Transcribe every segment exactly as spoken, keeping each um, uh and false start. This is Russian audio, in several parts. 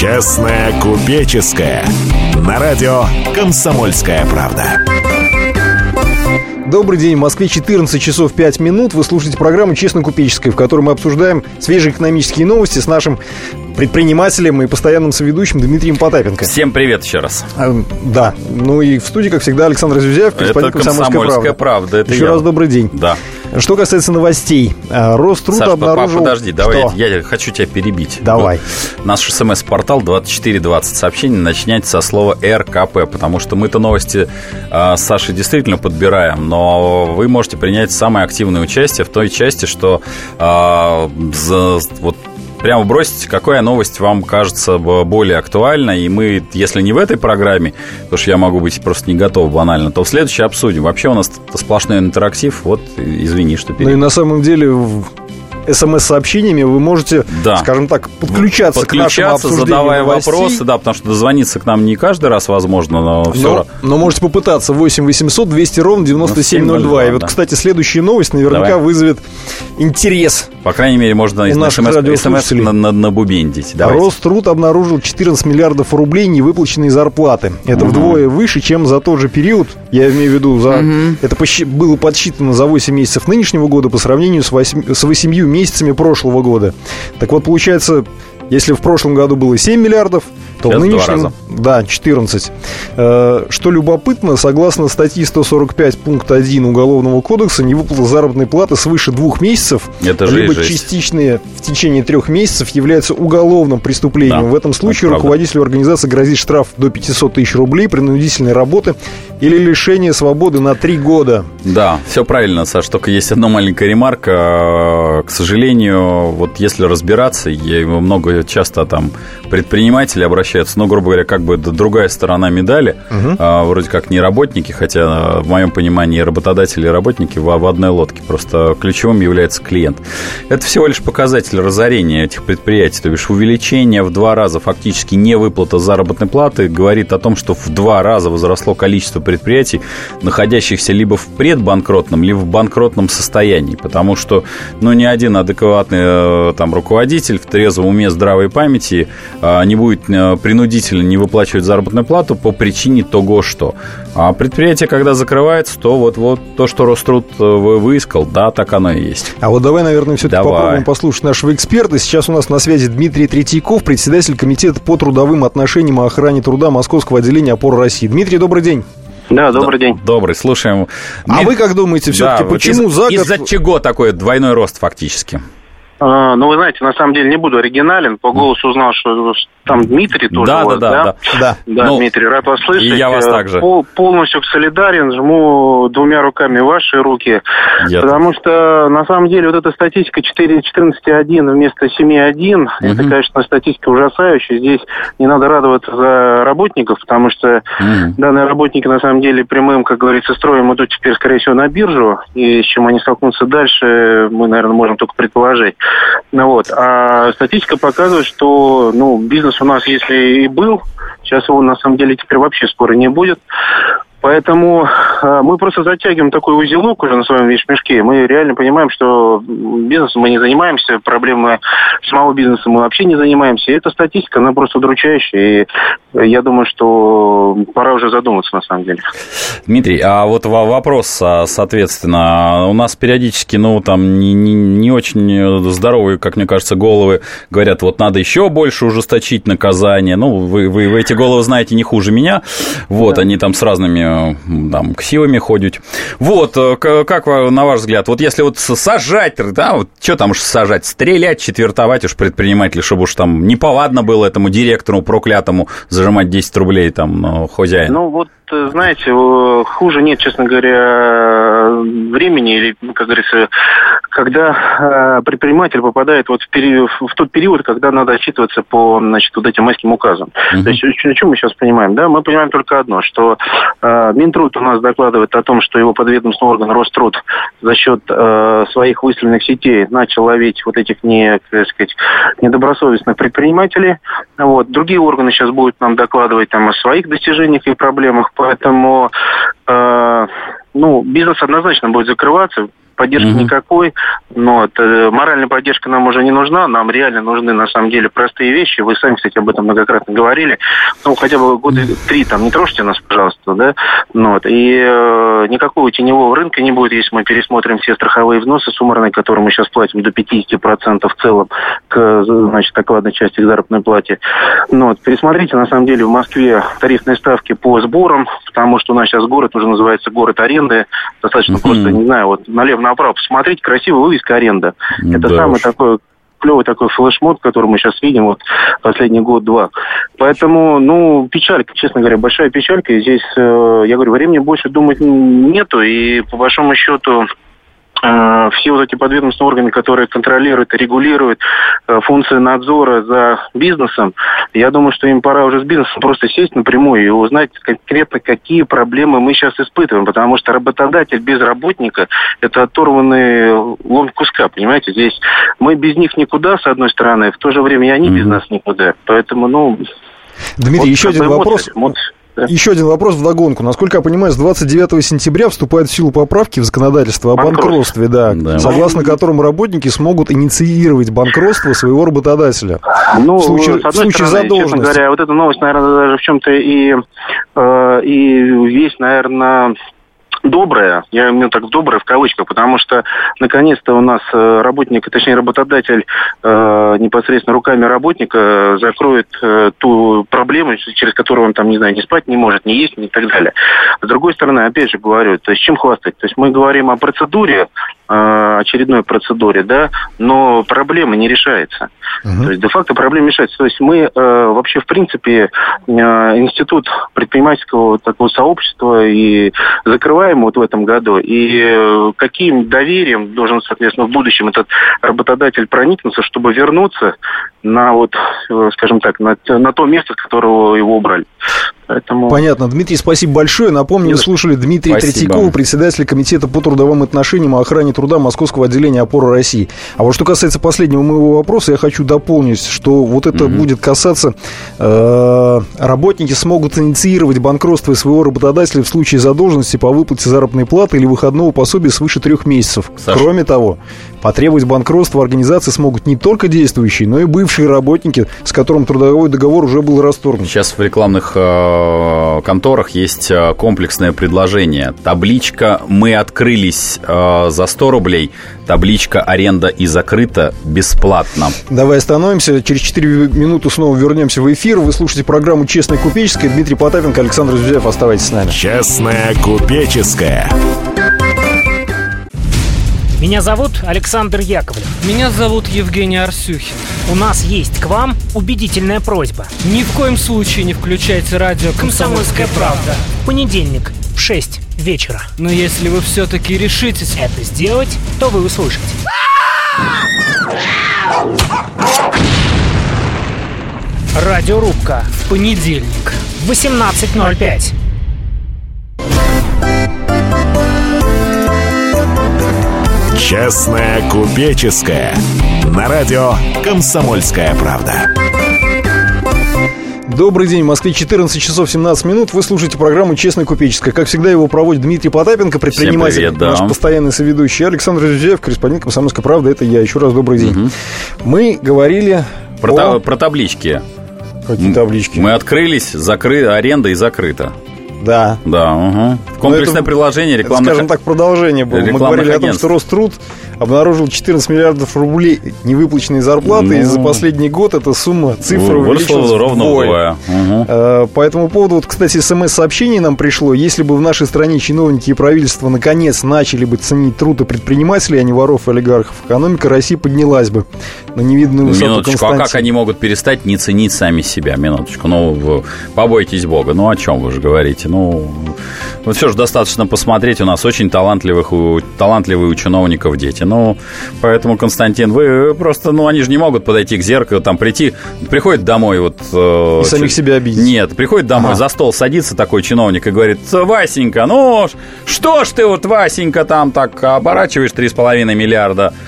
Честная купеческая. На радио «Комсомольская правда». Добрый день, в Москве четырнадцать часов пять минут. Вы слушаете программу «Честно купеческая», в которой мы обсуждаем свежие экономические новости с нашим предпринимателем и постоянным соведущим Дмитрием Потапенко. Всем привет еще раз. А, да, ну и в студии, как всегда, Александр Зюзяев, корреспондент «Комсомольской правды». «Комсомольская правда». Это еще я. раз добрый день. Да. Что касается новостей, Роструд Саш, обнаружил... подожди, давай, Что? я, я хочу тебя перебить. Давай. Вот. Наш смс-портал двадцать четыре двадцать сообщений начинается со слова эр ка пэ, потому что мы-то новости э, с Сашей действительно подбираем, но вы можете принять самое активное участие в той части, что э, за, вот прямо бросите, какая новость вам кажется более актуальна, и мы, если не в этой программе, потому что я могу быть просто не готов банально, то в следующей обсудим. Вообще у нас сплошной интерактив, вот, извини, что перед... Ну и на самом деле... СМС-сообщениями вы можете, да. скажем так, подключаться, подключаться к нашему обсуждению задавая новостей. вопросы, да, потому что дозвониться к нам не каждый раз возможно, но все. Но, но можете попытаться. Восемь восемьсот двести ровно девяносто семь ноль два. И вот, да. кстати, следующая новость наверняка Давай. вызовет интерес. По крайней мере, можно из СМС набубендить. Роструд обнаружил четырнадцать миллиардов рублей невыплаченной зарплаты. Это угу. вдвое выше, чем за тот же период. Я имею в виду, за... угу. это посчит... было подсчитано за восемь месяцев нынешнего года по сравнению с восемью месяцами прошлого года. Так вот, получается, если в прошлом году было семь миллиардов, то Сейчас в нынешнем, да, четырнадцать. Что любопытно, согласно статье сто сорок пять пункт один Уголовного кодекса, невыплата заработной платы свыше двух месяцев, это либо жесть. частичные в течение трех месяцев является уголовным преступлением. Да, в этом случае руководителю организации грозит штраф до пятьсот тысяч рублей, принудительной работы или лишение свободы на три года. Да, все правильно, Саш, только есть одна маленькая ремарка. К сожалению, вот если разбираться, я много часто там предприниматели обращаются, но, грубо говоря, как бы другая сторона медали, угу. а, вроде как не работники, хотя в моем понимании работодатели и работники в, в одной лодке, просто ключевым является клиент. Это всего лишь показатель разорения этих предприятий, то бишь увеличение в два раза фактически невыплата заработной платы говорит о том, что в два раза возросло количество предприятий, находящихся либо в предбанкротном, либо в банкротном состоянии, потому что, ну, ни один адекватный там руководитель в трезвом уме, здравой памяти а, не будет принудительно не выплачивать заработную плату по причине того, что. А предприятие, когда закрывается, то вот, вот то, что Роструд выискал, да, так оно и есть. А вот давай, наверное, все-таки давай. попробуем послушать нашего эксперта. Сейчас у нас на связи Дмитрий Третьяков, председатель комитета по трудовым отношениям и охране труда Московского отделения «Опора России». Дмитрий, добрый день. Да, добрый день. Добрый, слушаем. А Дмит... вы как думаете, все-таки, да, почему из- за год... Из-за чего такой двойной рост фактически? А, ну, вы знаете, на самом деле не буду оригинален. По голосу узнал, что там Дмитрий тоже да, у вас, да, да? Да, да. Да, ну, Дмитрий, рад вас слышать. И я вас также. Пол, полностью солидарен, жму двумя руками ваши руки. Я потому так. что, на самом деле, вот эта статистика четырнадцать один вместо семь один, угу. это, конечно, статистика ужасающая. Здесь не надо радоваться за работников, потому что угу. данные работники, на самом деле, прямым, как говорится, строем идут теперь, скорее всего, на биржу. И с чем они столкнутся дальше, мы, наверное, можем только предположить. Ну вот. А статистика показывает, что ну, бизнес у нас, если и был, сейчас его на самом деле теперь вообще скоро не будет. Поэтому э, мы просто затягиваем такой узелок уже на своем вещмешке. Мы реально понимаем, что бизнесом мы не занимаемся, проблемы самого бизнеса мы вообще не занимаемся. И эта статистика, она просто удручающая. И я думаю, что пора уже задуматься на самом деле. Дмитрий, а вот вопрос, соответственно, у нас периодически, ну, там, не, не, не очень здоровые, как мне кажется, головы говорят, вот надо еще больше ужесточить наказание. Ну, вы, вы, вы эти головы знаете не хуже меня. Вот, да. Они там с разными там, ксивами ходят. Вот, как на ваш взгляд, вот если вот сажать, да, вот что там уж сажать, стрелять, четвертовать уж предпринимателей, чтобы уж там неповадно было этому директору проклятому зажимать десять рублей там хозяин. Ну, вот, знаете, хуже нет, честно говоря, времени, или, как говорится, когда предприниматель попадает вот в, период, в тот период, когда надо отчитываться по, значит, вот этим майским указам. Uh-huh. То есть, о чем мы сейчас понимаем? Да, мы понимаем только одно, что э, Минтруд у нас докладывает о том, что его подведомственный орган Роструд за счет э, своих выставленных сетей начал ловить вот этих не, так сказать, недобросовестных предпринимателей. Вот. Другие органы сейчас будут нам докладывать там, о своих достижениях и проблемах, поэтому э, ну, бизнес однозначно будет закрываться. поддержки mm-hmm. никакой, но это, моральная поддержка нам уже не нужна, нам реально нужны на самом деле простые вещи. Вы сами, кстати, об этом многократно говорили. Ну, хотя бы года три там не трожьте нас, пожалуйста, да. Ну, вот. И э, никакого теневого рынка не будет, если мы пересмотрим все страховые взносы суммарные, которые мы сейчас платим до пятьдесят процентов в целом к, значит, окладной части к заработной плате. Ну, вот. Пересмотрите, на самом деле, в Москве тарифные ставки по сборам, потому что у нас сейчас город уже называется город аренды. Достаточно mm-hmm. просто, не знаю, вот налево-направо посмотреть, красивая вывеска аренда. Mm-hmm. Это да самый уж. такой клевый такой флешмоб, который мы сейчас видим вот последний год-два. Поэтому, ну, печалька, честно говоря, большая печалька. И здесь, э, я говорю, времени больше думать нету. И по большому счету все вот эти подведомственные органы, которые контролируют и регулируют э, функции надзора за бизнесом, я думаю, что им пора уже с бизнесом просто сесть напрямую и узнать конкретно, какие проблемы мы сейчас испытываем, потому что работодатель без работника – это оторванный лом куска, понимаете? Здесь мы без них никуда, с одной стороны, в то же время и они mm-hmm. без нас никуда. Поэтому, ну… Дмитрий, вот еще один вопрос… Эмоции. Да. Еще один вопрос вдогонку. Насколько я понимаю, с двадцать девятого сентября вступают в силу поправки в законодательство о банкротстве, да, да. согласно которым работники смогут инициировать банкротство своего работодателя. Ну, в случае, с одной в случае стороны, задолженности. Честно говоря, вот эта новость, наверное, даже в чем-то и, э, и весь, наверное... добрая, я имею так добрая в кавычках, потому что наконец-то у нас работник, точнее работодатель э, непосредственно руками работника закроет э, ту проблему, через которую он там, не знаю, не спать не может, не есть и так далее. С другой стороны, опять же говорю, то есть чем хвастать? То есть мы говорим о процедуре, э, очередной процедуре, да, но проблема не решается. Uh-huh. То есть де-факто проблема решается. То есть мы э, вообще в принципе э, институт предпринимательского такого сообщества и закрываем вот в этом году, и каким доверием должен, соответственно, в будущем этот работодатель проникнуться, чтобы вернуться на вот, скажем так, на, на то место, с которого его убрали. Поэтому... Понятно. Дмитрий, спасибо большое. Напомню, вы слушали Дмитрия Третьякова, председателя комитета по трудовым отношениям и охране труда Московского отделения «Опора России». А вот что касается последнего моего вопроса, я хочу дополнить, что вот это mm-hmm. будет касаться... Э, работники смогут инициировать банкротство своего работодателя в случае задолженности по выплате заработной платы или выходного пособия свыше трех месяцев. Саша. Кроме того, потребовать банкротства организации смогут не только действующие, но и бывшие работники, с которым трудовой договор уже был расторгнут. Сейчас в рекламных э, конторах есть комплексное предложение. Табличка «Мы открылись э, за сто рублей», табличка «Аренда и закрыта» бесплатно. Давай остановимся. Через четыре минуты снова вернемся в эфир. Вы слушаете программу «Честная купеческая». Дмитрий Потапенко, Александр Зюзяев. Оставайтесь с нами. «Честная купеческая». Меня зовут Александр Яковлев. Меня зовут Евгений Арсюхин. У нас есть к вам убедительная просьба. Ни в коем случае не включайте радио «Комсомольская правда». В понедельник в шесть вечера. Но если вы все-таки решитесь это сделать, то вы услышите. Радиорубка. В понедельник. восемнадцать ноль пять. «Честная купеческая» на радио «Комсомольская правда». Добрый день, в Москве четырнадцать часов семнадцать минут. Вы слушаете программу «Честная купеческая». Как всегда, его проводит Дмитрий Потапенко, предприниматель, привет, да. наш постоянный соведущий. Александр Зюзяев, корреспондент «Комсомольской правды». Это я. Еще раз добрый день. Угу. Мы говорили про, о... та, про таблички. Какие таблички? Мы открылись, закры... аренда и закрыта. Да. Да, угу. Комплексное это, приложение рекламных... Это, скажем так, продолжение было. Мы говорили агентств. О том, что Роструд обнаружил четырнадцать миллиардов рублей невыплаченной зарплаты, ну, и за последний год эта сумма, цифра увеличилась ровно вдвое. Угу. По этому поводу, вот, кстати, смс-сообщение нам пришло. Если бы в нашей стране чиновники и правительство наконец начали бы ценить труд и предпринимателей, а не воров и олигархов, экономика России поднялась бы на невиданную высоту. Минуточку, а как они могут перестать не ценить сами себя? Минуточку, ну, побойтесь Бога. Ну, о чем вы же говорите? Ну, вот все же достаточно посмотреть. У нас очень талантливых, талантливые у чиновников дети. Ну, поэтому, Константин, вы просто, ну, они же не могут подойти к зеркалу, там прийти, приходит домой вот... И самих ч... себя обидеть. Нет, приходит домой, ага. за стол садится такой чиновник и говорит: Васенька, ну, что ж ты вот, Васенька, там так оборачиваешь три с половиной миллиарда?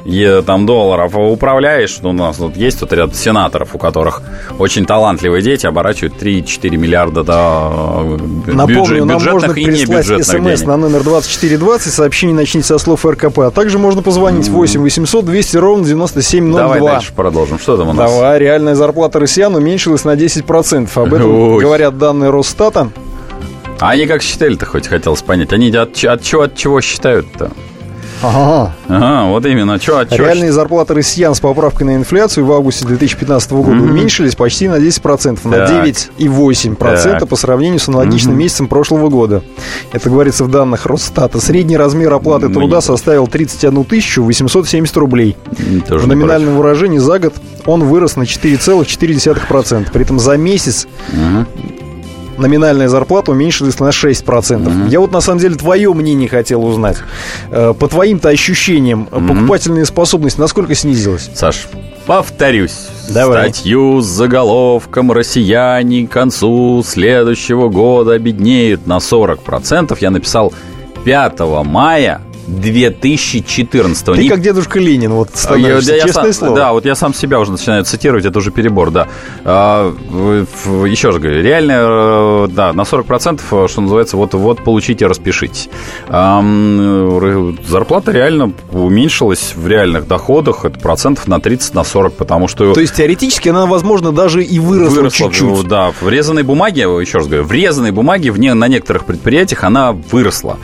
там, долларов управляешь. У нас вот есть вот ряд сенаторов, у которых очень талантливые дети оборачивают три-четыре миллиарда до Напомню, бюджет, нам можно и прислать смс на номер двадцать четыре двадцать, сообщение начните со слов РКП, а также можно позвонить восемь восемьсот двести ровно девяносто семь ноль два. Давай дальше продолжим. Что там у нас? Давай, реальная зарплата россиян уменьшилась на десять процентов. Об этом Ой. говорят данные Росстата. А они как считали-то, хоть хотелось понять? Они от, от, чего, от чего считают-то? Ага. Ага, вот именно. Чё, от Реальные чё? зарплаты россиян с поправкой на инфляцию в августе две тысячи пятнадцатого года mm-hmm. уменьшились почти на десять процентов, так. на девять целых восемь десятых процента по сравнению с аналогичным mm-hmm. месяцем прошлого года. Это говорится в данных Росстата. Средний размер оплаты труда составил тридцать одну тысячу восемьсот семьдесят рублей. Тоже в номинальном против. выражении за год он вырос на четыре целых четыре десятых процента. При этом за месяц mm-hmm. номинальная зарплата уменьшилась на шесть процентов. Mm-hmm. Я вот на самом деле твое мнение хотел узнать. По твоим-то ощущениям, mm-hmm. покупательная способность насколько снизилась? Саш, повторюсь. Давай. Статью с заголовком «Россияне к концу следующего года обеднеют на сорок процентов» я написал пятого мая две тысячи четырнадцатого. Ты Не... как дедушка Ленин, вот становишься, я, честное я слово. Да, вот я сам себя уже начинаю цитировать, это уже перебор, да. А, еще раз говорю, реально, да, на сорок процентов, что называется, вот, вот получите, распишитесь. А, зарплата реально уменьшилась в реальных доходах, это процентов на тридцать, на сорок, потому что... То есть, теоретически она, возможно, даже и выросла, выросла чуть-чуть. Да, в резаной бумаге, еще раз говорю, в резаной бумаге в не, на некоторых предприятиях она выросла.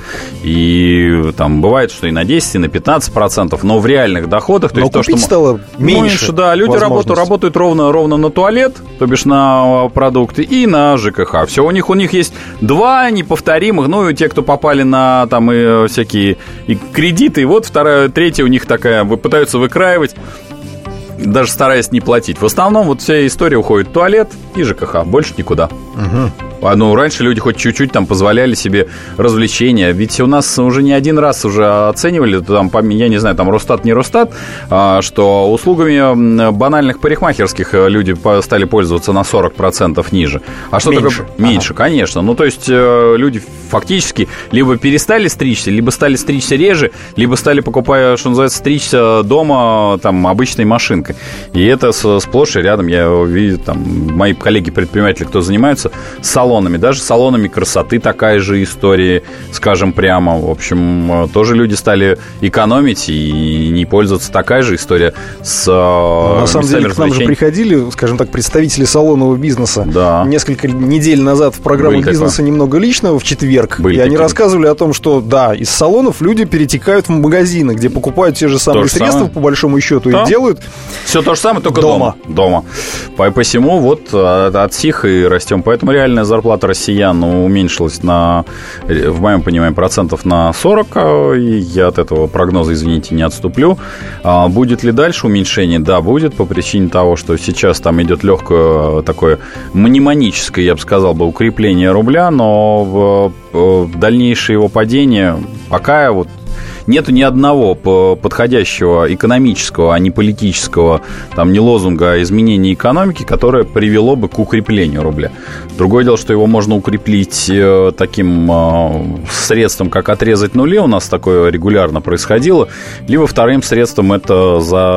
И там бывает, что и на десять, и на пятнадцать процентов, но в реальных доходах... То но есть купить то, что стало меньше, меньше, да, люди работают, работают ровно, ровно на туалет, то бишь на продукты, и на ЖКХ. Все, у них, у них есть два неповторимых, ну, и те, кто попали на там и всякие и кредиты, и вот вторая, третья у них такая, пытаются выкраивать, даже стараясь не платить. В основном вот вся история уходит в туалет и ЖКХ, больше никуда. Угу. Ну, раньше люди хоть чуть-чуть там позволяли себе развлечения. Ведь у нас уже не один раз уже оценивали, там, я не знаю, там Росстат, не Росстат, что услугами банальных парикмахерских люди стали пользоваться на сорок процентов ниже. А что меньше. такое? Меньше, ага. Конечно. Ну, то есть люди фактически либо перестали стричься, либо стали стричься реже, либо стали, покупая, что называется, стричься дома там обычной машинкой. И это сплошь и рядом. Я вижу, там, мои коллеги-предприниматели, кто занимаются салонами, даже салонами красоты такая же история, скажем прямо. В общем, тоже люди стали экономить и не пользоваться. Такая же история с На самом деле к нам же приходили, скажем так, представители салонного бизнеса. Да. Несколько недель назад в программу Были «Бизнеса такое. немного личного» в четверг. Были и такие. Они рассказывали о том, что, да, из салонов люди перетекают в магазины, где покупают те же самые то средства, самое. по большому счету, да. и делают все то же самое, только дома. Дома. дома. Посему вот от сих и растем. Поэтому реальная зарплата Зарплата россиян уменьшилась на, в моем понимании, процентов на сорок, и я от этого прогноза, извините, не отступлю. А будет ли дальше уменьшение? Да, будет, по причине того, что сейчас там идет легкое такое мнемоническое, я бы сказал, бы, укрепление рубля, но в, в дальнейшее его падение пока вот нету ни одного подходящего экономического, а не политического, там, не лозунга, а изменения экономики, которое привело бы к укреплению рубля. Другое дело, что его можно укрепить таким средством, как отрезать нули, у нас такое регулярно происходило, либо вторым средством это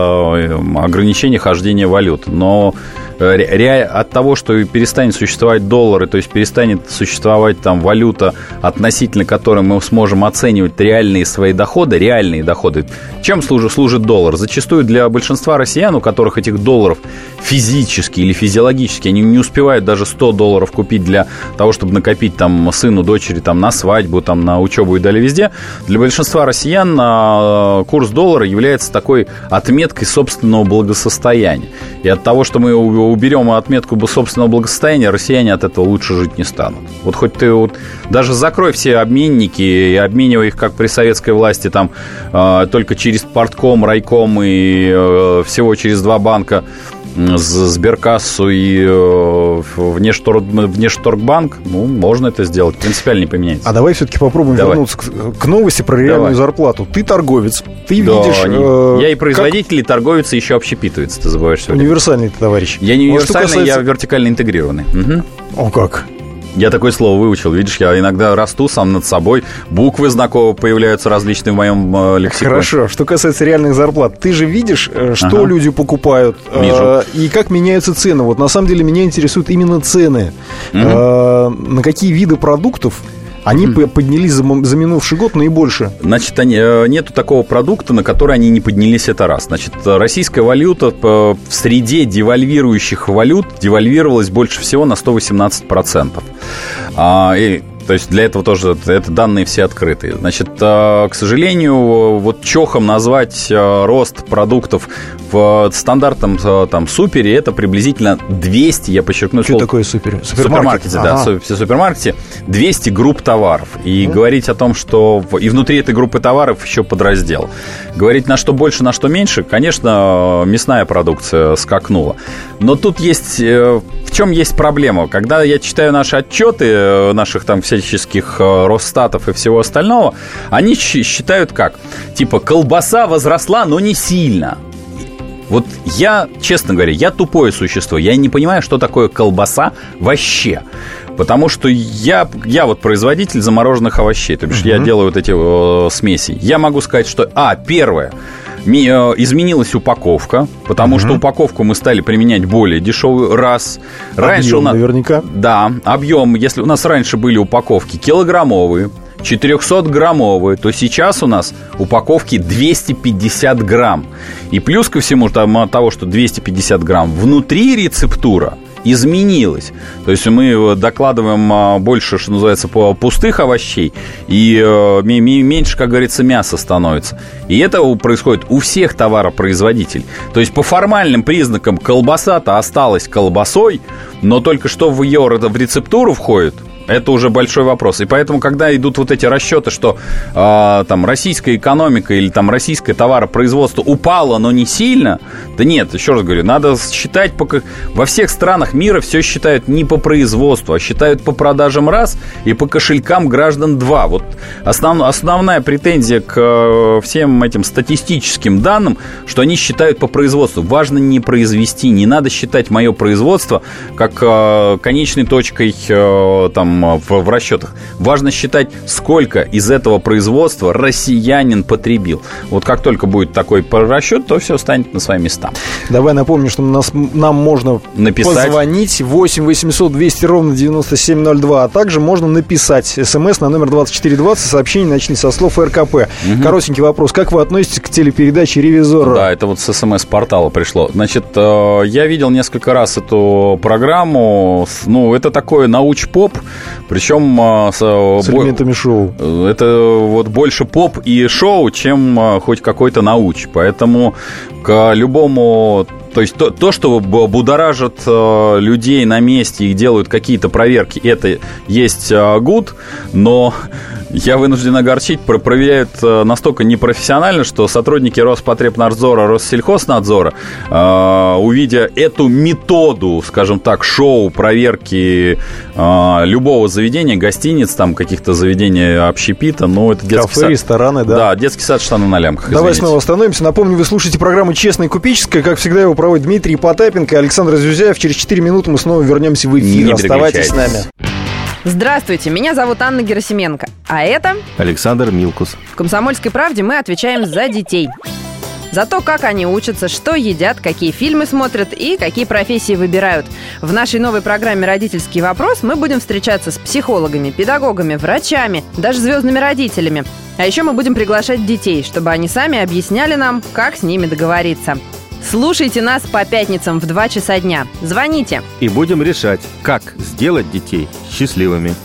за ограничение хождения валют. Но от того, что перестанет существовать доллары, то есть перестанет существовать там валюта, относительно которой мы сможем оценивать реальные свои доходы, реальные доходы. Чем служит, служит доллар? Зачастую для большинства россиян, у которых этих долларов физически или физиологически, они не успевают даже сто долларов купить для того, чтобы накопить там сыну, дочери там, на свадьбу, там, на учебу и далее везде. Для большинства россиян курс доллара является такой отметкой собственного благосостояния. И от того, что мы уберем отметку собственного благосостояния, россияне от этого лучше жить не станут. Вот хоть ты вот даже закрой все обменники и обменивай их, как при советской власти, там э, только через портком, райком и э, всего через два банка, Сберкассу и э, Внешторг, Внешторгбанк, ну, можно это сделать, принципиально не поменяется. А давай все-таки попробуем давай. вернуться к, к новости про реальную давай. зарплату. Ты торговец, ты да, видишь... Э, я и производитель, как... и торговец, и еще общепитывается, ты забываешь все время. Универсальный ты, товарищ. Я не универсальный, касается... я вертикально интегрированный. Угу. О, как? Я такое слово выучил. Видишь, я иногда расту сам над собой. Буквы знакомые появляются различные в моем э, лексиконе. Хорошо. Что касается реальных зарплат, ты же видишь, что ага. люди покупают э, и как меняются цены. Вот на самом деле меня интересуют именно цены. Угу. Э, на какие виды продуктов они mm-hmm. поднялись за, за минувший год наибольше? Значит, они, нету такого продукта, на который они не поднялись, это раз. Значит, российская валюта в среде девальвирующих валют девальвировалась больше всего на сто восемнадцать процентов. А, и, то есть для этого тоже это данные все открытые. Значит, к сожалению, вот чохом назвать рост продуктов в стандартном там супере это приблизительно двести, я подчеркну. Что такое супер? В супермаркете, ага. да, в супермаркете двести групп товаров. И mm. говорить о том, что и внутри этой группы товаров еще подраздел. Говорить на что больше, на что меньше, конечно, мясная продукция скакнула. Но тут есть, в чем есть проблема? Когда я читаю наши отчеты наших там всяческих Росстатов и всего остального, они считают как? Типа, колбаса возросла, но не сильно. Вот я, честно говоря, я тупое существо. Я не понимаю, что такое колбаса вообще. Потому что я, я вот производитель замороженных овощей. То бишь uh-huh. я делаю вот эти э, смеси. Я могу сказать, что, а, первое, ми, э, изменилась упаковка. Потому uh-huh. что упаковку мы стали применять более дешевую. Раз. Раньше объем, у нас, наверняка. Да, объем. Если у нас раньше были упаковки килограммовые, четырехсотграммовые, то сейчас у нас упаковки двести пятьдесят грамм. И плюс ко всему, там, от того, что двести пятьдесят грамм, внутри рецептура изменилась. То есть мы докладываем больше, что называется, пустых овощей, и меньше, как говорится, мяса становится. И это происходит у всех товаропроизводителей. То есть по формальным признакам колбаса-то осталась колбасой, но только что в ее в рецептуру входит, это уже большой вопрос. И поэтому, когда идут вот эти расчеты, что э, там российская экономика или там российское товаропроизводство упало, но не сильно, да нет, еще раз говорю, надо считать по... Во всех странах мира все считают не по производству, а считают по продажам раз и по кошелькам граждан два. Вот основ... основная претензия к всем этим статистическим данным, что они считают по производству. Важно не произвести, не надо считать мое производство как э, конечной точкой э, там В, в расчетах. Важно считать, сколько из этого производства россиянин потребил. Вот как только будет такой расчет, то все станет на свои места. Давай напомню, что нас, нам можно написать. Позвонить восемь восемьсот двести ровно девяносто семь ноль два, а также можно написать смс на номер двадцать четыре двадцать, сообщение начните со слов эр ка пэ. Угу. Коротенький вопрос. Как вы относитесь к телепередаче «Ревизор»? Да, это вот с смс-портала пришло. Значит, я видел несколько раз эту программу. Ну, это такое науч-поп. Причем с, с элементами бо... шоу. Это вот больше поп и шоу, чем хоть какой-то науч. Поэтому к любому... То есть то, то, что будоражит э, людей на месте и делают какие-то проверки, это есть э, good, но я вынужден огорчить, про- проверяют э, настолько непрофессионально, что сотрудники Роспотребнадзора, Россельхознадзора, э, увидя эту методу, скажем так, шоу проверки э, любого заведения, гостиниц, там каких-то заведений общепита, ну это детский кафе, сад. рестораны, да. Да, детский сад, штаны на лямках. Давай извините. Снова остановимся. Напомню, вы слушаете программу «Честная и купеческая». Как всегда, его проводит Дмитрий Потапенко и Александр Зюзяев. Через четыре минуты мы снова вернемся в эфир. Не Оставайтесь с нами. Здравствуйте, меня зовут Анна Герасименко, а это Александр Милкус. В «Комсомольской правде» мы отвечаем за детей. За то, как они учатся, что едят, какие фильмы смотрят и какие профессии выбирают. В нашей новой программе «Родительский вопрос» мы будем встречаться с психологами, педагогами, врачами, даже звездными родителями. А еще мы будем приглашать детей, чтобы они сами объясняли нам, как с ними договориться. Слушайте нас по пятницам в два часа дня. Звоните. И будем решать, как сделать детей счастливыми.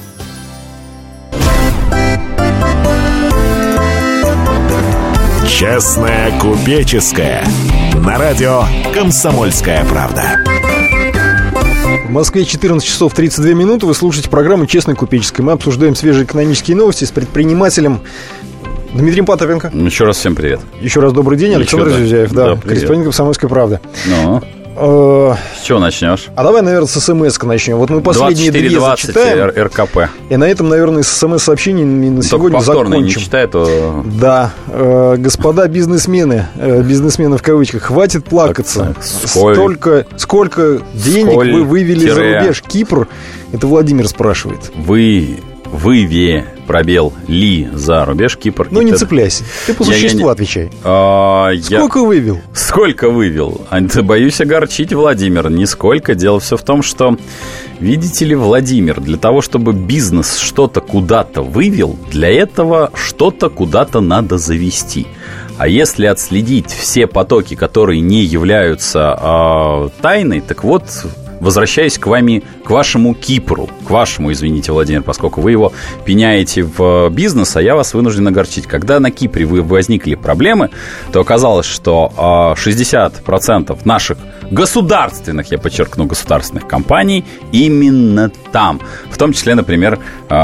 Честная купеческая. На радио «Комсомольская правда». В Москве четырнадцать часов тридцать две минуты. Вы слушаете программу «Честная купеческая». Мы обсуждаем свежие экономические новости с предпринимателем Дмитрием Потапенко. Еще раз всем привет. Еще раз добрый день, Александр Зюзяев, да, да корреспондент «Комсомольской правды». Ну. С чего начнешь? А давай, наверное, с смс-ка начнем. Вот мы последние две зачитаем. эр ка пэ. И на этом, наверное, с смс-сообщениями на сегодня закончим. Не читай, то... Да. Э, господа бизнесмены, э, бизнесмены в кавычках, хватит плакаться. Так, сколь... Столько, сколько денег сколь... вы вывели тире... за рубеж? Кипр? Это Владимир спрашивает. Вы... Выве, пробел, ли за рубеж, Кипр. Ну, не цепляйся. Ты по существу я, отвечай. А, Сколько я... вывел? Сколько вывел? Боюсь огорчить, Владимир. Нисколько. Дело все в том, что, видите ли, Владимир, для того, чтобы бизнес что-то куда-то вывел, для этого что-то куда-то надо завести. А если отследить все потоки, которые не являются э, тайной, так вот... Возвращаясь к вами, к вашему Кипру, к вашему, извините, Владимир, поскольку вы его пеняете в бизнес, а я вас вынужден огорчить. Когда на Кипре вы возникли проблемы, то оказалось, что шестьдесят процентов наших государственных, я подчеркну, государственных компаний именно там. В том числе, например,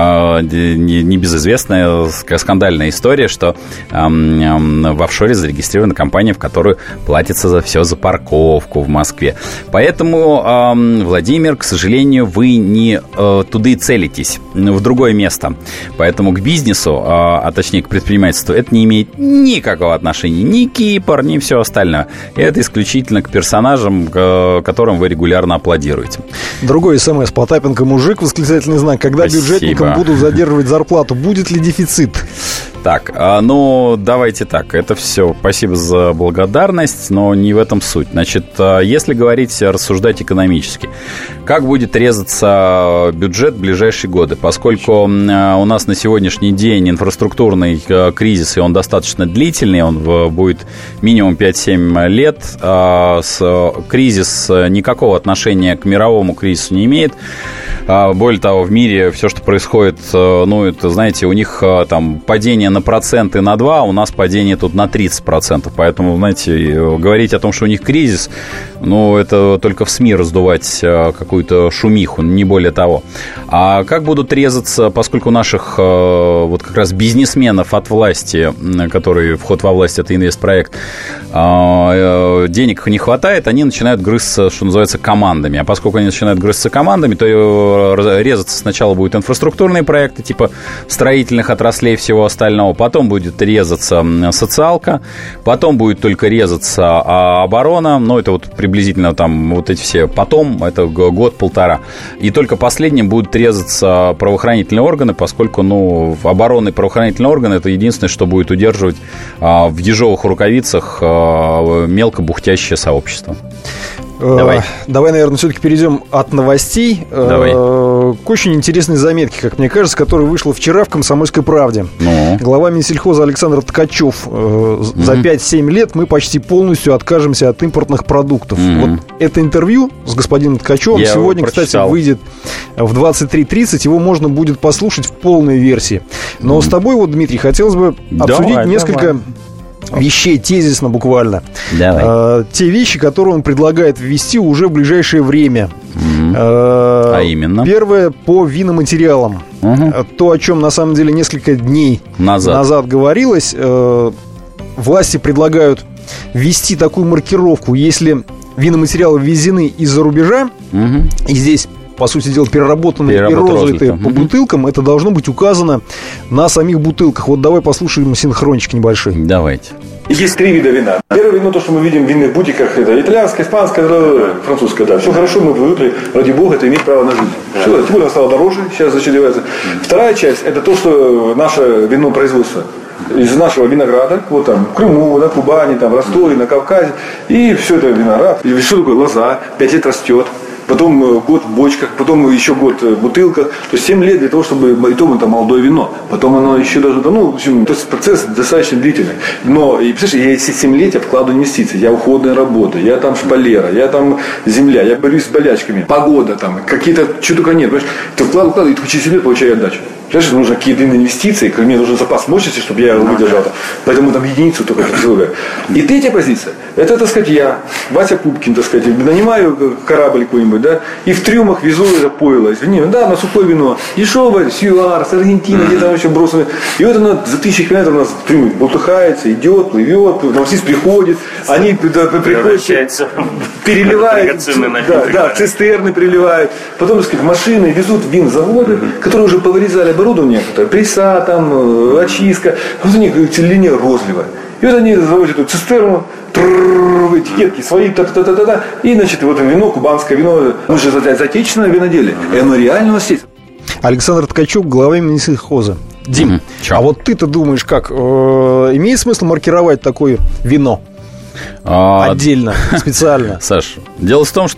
небезызвестная скандальная история, что в офшоре зарегистрирована компания, в которую платится за все за парковку в Москве. Поэтому... Владимир, к сожалению, вы не э, туда и целитесь, в другое место. Поэтому к бизнесу, э, а точнее к предпринимательству, это не имеет никакого отношения. Ни Кипр, ни все остальное. Это исключительно к персонажам, к, которым вы регулярно аплодируете. Другой смс. Потапенко мужик, восклицательный знак. Когда Спасибо. Бюджетникам будут задерживать зарплату, будет ли дефицит? Так, ну, давайте так. Это все. Спасибо за благодарность, но не в этом суть. Значит, если говорить, рассуждать экономически, как будет резаться бюджет в ближайшие годы? Поскольку у нас на сегодняшний день инфраструктурный кризис, и он достаточно длительный, он будет минимум пять-семь лет, кризис никакого отношения к мировому кризису не имеет. Более того, в мире все, что происходит, ну, это, знаете, у них там падение на процент и на два, а у нас падение тут на тридцать процентов. Поэтому, знаете, говорить о том, что у них кризис, ну, это только в СМИ раздувать какую-то шумиху, не более того. А как будут резаться, поскольку у наших вот как раз бизнесменов от власти, которые вход во власть, это инвестпроект, денег не хватает, они начинают грызться, что называется, командами. А поскольку они начинают грызться командами, то резаться сначала будут инфраструктурные проекты, типа строительных отраслей и всего остального, потом будет резаться социалка, потом будет только резаться оборона, ну, это вот приблизительно там вот эти все потом, это год-полтора. И только последним будут резаться правоохранительные органы, поскольку, ну, оборонные правоохранительные органы — это единственное, что будет удерживать а, в ежовых рукавицах а, мелко бухтящее сообщество. Давай. Давай, наверное, все-таки перейдем от новостей Давай. к очень интересной заметке, как мне кажется, которая вышла вчера в «Комсомольской правде». Ну. Глава Минсельхоза Александр Ткачев. Mm-hmm. За пять-семь лет мы почти полностью откажемся от импортных продуктов. Mm-hmm. Вот это интервью с господином Ткачевым Я сегодня, кстати, выйдет в двадцать три тридцать. Его можно будет послушать в полной версии. Но mm-hmm. с тобой, вот, Дмитрий, хотелось бы обсудить давай, несколько... Давай. вещей тезисно буквально. Давай. Э, те вещи, которые он предлагает ввести уже в ближайшее время. Mm-hmm. Э, а именно? Первое по виноматериалам. Mm-hmm. То, о чем на самом деле несколько дней назад, назад говорилось. Э, власти предлагают ввести такую маркировку, если виноматериалы ввезены из-за рубежа, mm-hmm. и здесь, по сути дела, переработанные и розлитые по mm-hmm. бутылкам, это должно быть указано на самих бутылках. Вот давай послушаем синхрончик небольшой. Давайте. Есть три вида вина. Первое вино, то, что мы видим в винных бутиках, это итальянское, испанское, французское, да. Все хорошо, мы привыкли, ради бога, это имеет право на жизнь. Все, тем более оно стало дороже, сейчас зачитывается. Вторая часть, это то, что наше вино производство из нашего винограда, вот там, в Крыму, на Кубани, там, в Ростове, на Кавказе, и все это виноград. И что такое лоза, пять лет растет. Потом год в бочках, потом еще год в бутылках. То есть семь лет для того, чтобы... И то это молодое вино. Потом оно еще должно... Ну, в общем, то есть процесс достаточно длительный. Но, и, представляешь, я эти семь лет я вкладываю инвестиции. Я уходная работа, я там шпалера, я там земля, я борюсь с болячками. Погода там, какие-то... Что только нет. Понимаешь? Ты вкладываешь, вкладываешь, и через семь лет получаешь отдачу. Сейчас нужно какие-то инвестиции, мне нужен запас мощности, чтобы я его выдержал. Поэтому там единицу только фиксирую. И третья позиция, это, так сказать, я, Вася Пупкин, так сказать, нанимаю корабль какой-нибудь, да, и в трюмах везу это пойло. Извини, да, на сухое вино, дешевое, с ЮАР, с Аргентины, где там еще бросано. И вот оно за тысячи километров у нас в трюме болтыхается, идет, плывет, новосист приходит, они приходят, переливают, да, да, цистерны переливают, потом, так сказать, машины везут в винзаводы, которые уже повырезали оборудование, которое пресса, там, очистка, вот у них линия розлива. И вот они заводят эту цистерну, трррррр, этикетки свои, та-та-та-та-та, и, значит, вот вино, кубанское вино, мы же отечественное виноделие, и оно реально у нас есть. Александр Ткачук, глава Минсельхоза. Дим, mm-hmm. а вот ты-то думаешь, как, э, имеет смысл маркировать такое вино? А, отдельно, специально. Саш, дело в том,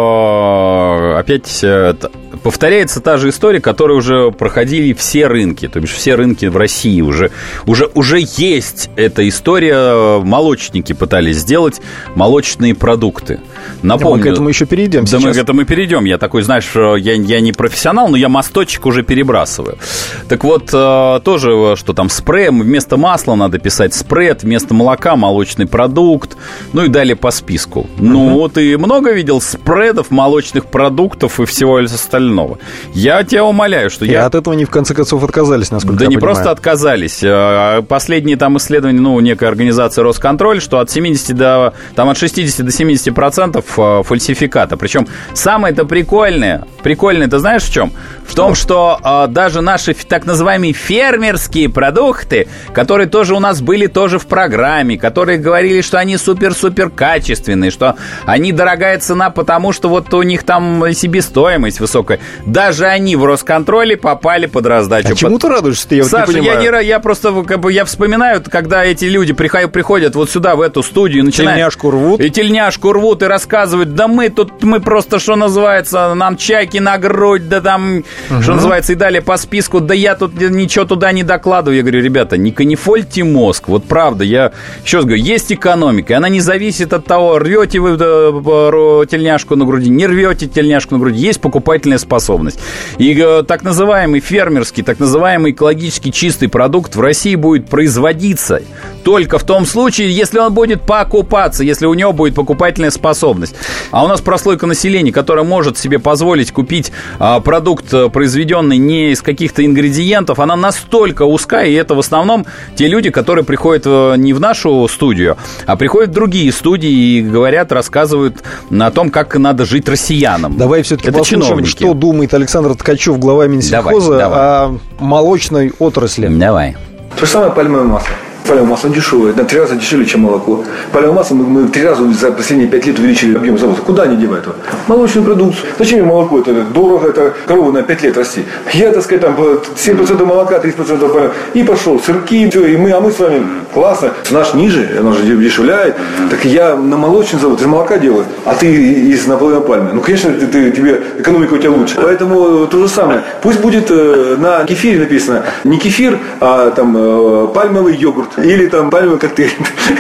что опять повторяется та же история, которую уже проходили все рынки. То бишь все рынки в России уже, уже, уже есть эта история. Молочники пытались сделать молочные продукты. Напомню, мы к этому еще перейдем. Да, сейчас. мы к этому перейдем. Я такой, знаешь, я, я не профессионал, но я мосточек уже перебрасываю. Так вот, тоже, что там спрей, вместо масла надо писать спред, вместо молока молочный продукт, ну и далее по списку. Uh-huh. Ну, ты много видел спредов, молочных продуктов и всего остального? Я тебя умоляю, что и я... от этого они в конце концов отказались, насколько да я не понимаю. просто отказались. Последние там исследования, ну, некой организации Росконтроль, что от семидесяти до, там, от шестидесяти до семидесяти процентов фальсификата. Причем самое-то прикольное, прикольное, ты знаешь в чем? В том, что а, даже наши так называемые фермерские продукты, которые тоже у нас были тоже в программе, которые говорили, что они супер-супер качественные, что они дорогая цена, потому что вот у них там себестоимость высокая. Даже они в Росконтроле попали под раздачу. А чему ты радуешься? Я Саша, вот не я, не, я просто как бы, я вспоминаю, когда эти люди приходят, приходят вот сюда, в эту студию, начинают... Тельняшку рвут. И тельняшку рвут, и рассказывают, да мы тут, мы просто, что называется, нам чайки на грудь, да там, угу. что называется, и далее по списку, да я тут ничего туда не докладываю. Я говорю, ребята, не канифольте мозг, вот правда, я еще раз говорю, есть экономика, и она не зависит от того, рвете вы тельняшку на груди, не рвете тельняшку на груди, есть покупательная способность. И э, так называемый фермерский, так называемый экологически чистый продукт в России будет производиться только в том случае, если он будет покупаться, если у него будет покупательная способность. А у нас прослойка населения, которая может себе позволить купить а, продукт, произведенный не из каких-то ингредиентов, она настолько узкая, и это в основном те люди, которые приходят не в нашу студию, а приходят в другие студии и говорят, рассказывают о том, как надо жить россиянам. Давай все-таки это послушаем, чиновники. Что думает Александр Ткачев, глава Минсельхоза, давай, давай. о молочной отрасли. Давай. То же самое пальмовое масло. Пальмовое масло дешевое, на три раза дешевле, чем молоко. Пальмовое масло мы, мы в три раза за последние пять лет увеличили объем завода. Куда они девают его? Молочную продукцию. Зачем им молоко? Это дорого, это корову на пять лет расти. Я, так сказать, там семь процентов молока, тридцать процентов пальмового. И пошел, сырки, все, и мы, а мы с вами классно. Наш ниже, оно же дешевляет. Так я на молочный завод из молока делаю, а ты из наполовину пальмы. Ну, конечно, ты, ты, тебе экономика у тебя лучше. Поэтому то же самое. Пусть будет э, на кефире написано не кефир, а там э, пальмовый йогурт. Или там пальмовый коктейль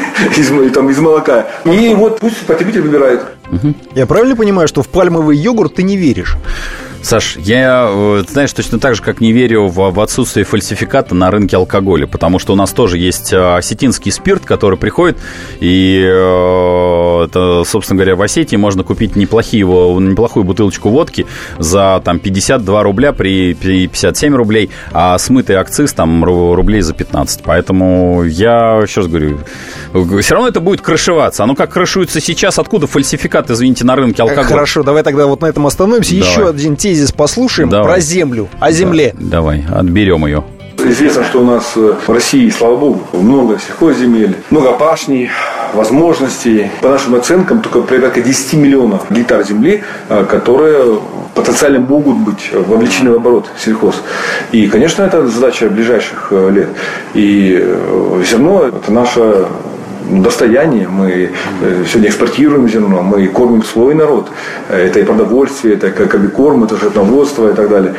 из, там, из молока. И вот пусть потребитель выбирает. Угу. Я правильно понимаю, что в пальмовый йогурт ты не веришь? Саш, я, знаешь, точно так же, как не верю в, в отсутствие фальсификата на рынке алкоголя, потому что у нас тоже есть осетинский спирт, который приходит, и, это, собственно говоря, в Осетии можно купить неплохие, неплохую бутылочку водки за там, пятьдесят два рубля при пятьдесят семь рублей, а смытый акциз там рублей за пятнадцать. Поэтому я еще раз говорю, все равно это будет крышеваться. Оно как крышуется сейчас, откуда фальсификат, извините, на рынке алкоголя? Хорошо, давай тогда вот на этом остановимся. Давай. Еще один тезис послушаем. Давай. Про землю, о земле. Да, давай, отберем ее. Известно, что у нас в России, слава богу, много сельхозземель, много пашней, возможностей. По нашим оценкам, только порядка десять миллионов гектар земли, которые потенциально могут быть вовлечены в оборот сельхоз. И, конечно, это задача ближайших лет. И зерно – это наша достояние. Мы сегодня экспортируем зерно, мы кормим свой народ. Это и продовольствие, это комбикорм, это животноводство и так далее.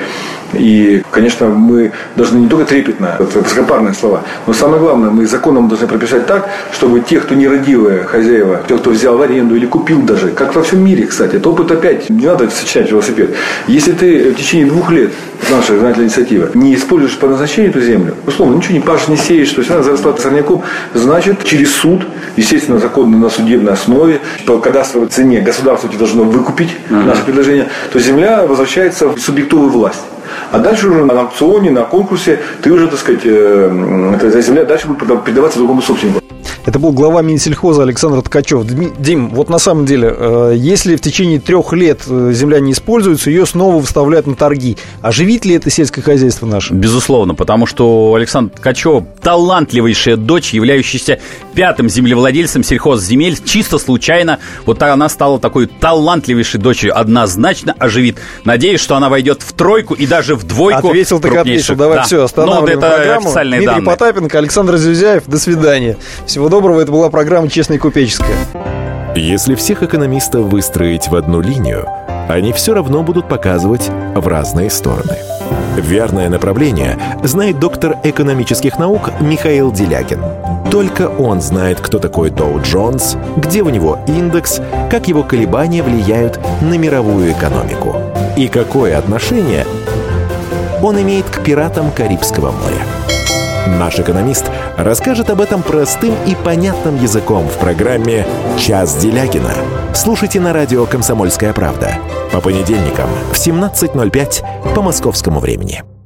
И, конечно, мы должны не только трепетно, высокопарные слова, но самое главное, мы законом должны прописать так, чтобы те, кто нерадивые хозяева, те, кто взял в аренду или купил даже, как во всем мире, кстати, это опыт опять, не надо сочинять велосипед. Если ты в течение двух лет, наша законодательная инициатива, не используешь по назначению эту землю, условно, ничего не пашешь, не сеешь, то есть она заросла сорняком, значит, через суд, естественно, законно на судебной основе, по кадастровой цене государство тебе должно выкупить uh-huh. наше предложение, то земля возвращается в субъектовую власть. А дальше уже на аукционе, на конкурсе ты уже, так сказать, э, эта земля дальше будет передаваться другому собственнику. Это был глава Минсельхоза Александр Ткачев. Дим, вот на самом деле, если в течение трех лет земля не используется, ее снова выставляют на торги. Оживит ли это сельское хозяйство наше? Безусловно, потому что у Александра Ткачева талантливейшая дочь, являющаяся пятым землевладельцем сельхозземель, чисто случайно. Вот она стала такой талантливейшей дочерью, однозначно оживит. Надеюсь, что она войдет в тройку и даже в двойку. Ответил, так ответил. Давай да. все, останавливаем ну, это программу. Официальные Дмитрий данные. Потапенко, Александр Зюзяев. До свидания. Всего доброго. Это была программа «Честная и купеческая». Если всех экономистов выстроить в одну линию, они все равно будут показывать в разные стороны. Верное направление знает доктор экономических наук Михаил Делягин. Только он знает, кто такой Доу Джонс, где у него индекс, как его колебания влияют на мировую экономику и какое отношение он имеет к пиратам Карибского моря. Наш экономист расскажет об этом простым и понятным языком в программе «Час Делягина». Слушайте на радио «Комсомольская правда» по понедельникам в семнадцать ноль пять по московскому времени.